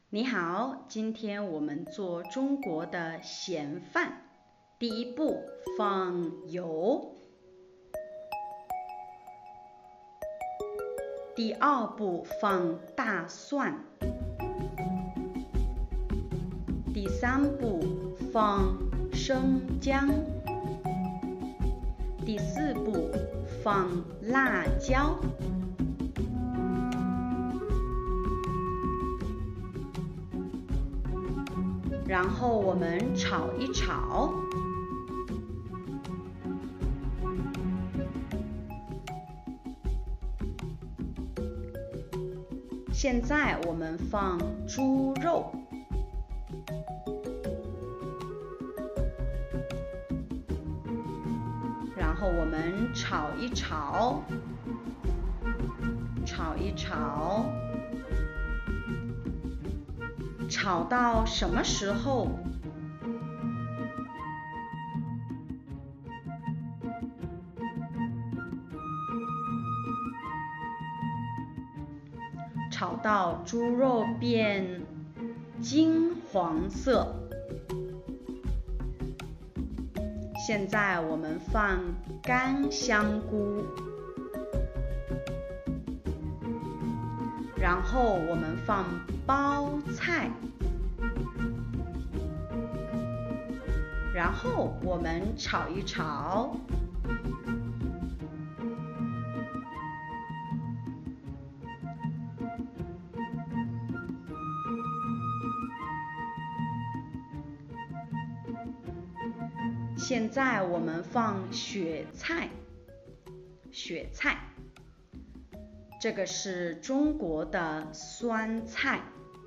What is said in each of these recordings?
你好，今天我们做中国的咸饭。第一步，放油。第二步，放大蒜。第三步，放生姜。第四步，放辣椒。然后我们炒一炒。现在我们放猪肉。然后我们炒一炒，炒一炒。炒到什么时候？炒到猪肉变金黄色。现在我们放干香菇，然后我们放包菜，然后我们炒一炒。现在我们放雪菜，这个是中国的酸菜。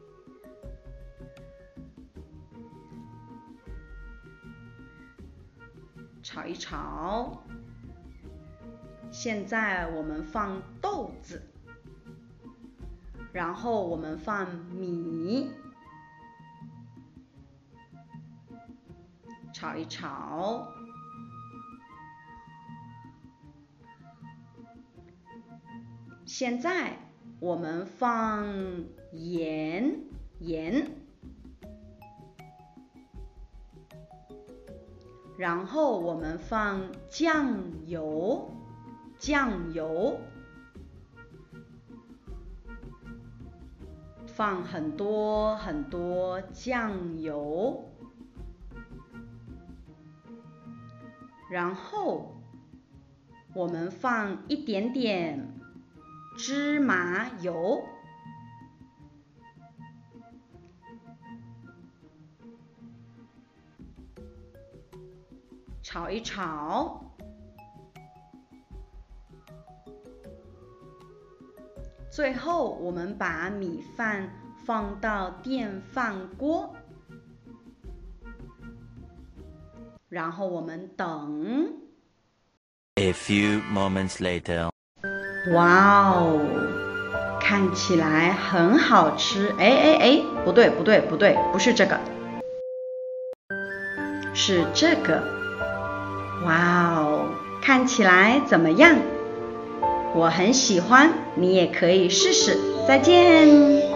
炒一炒。现在我们放豆子，然后我们放米。炒一炒。现在我们放盐，然后我们放酱油，放很多很多酱油。然后我们放一点点芝麻油，炒一炒。最后我们把米饭放到电饭锅，然后我们等。 A few moments later. 哇哦，看起来很好吃。不对，不是这个，是这个。哇哦，看起来怎么样？我很喜欢，你也可以试试。再见。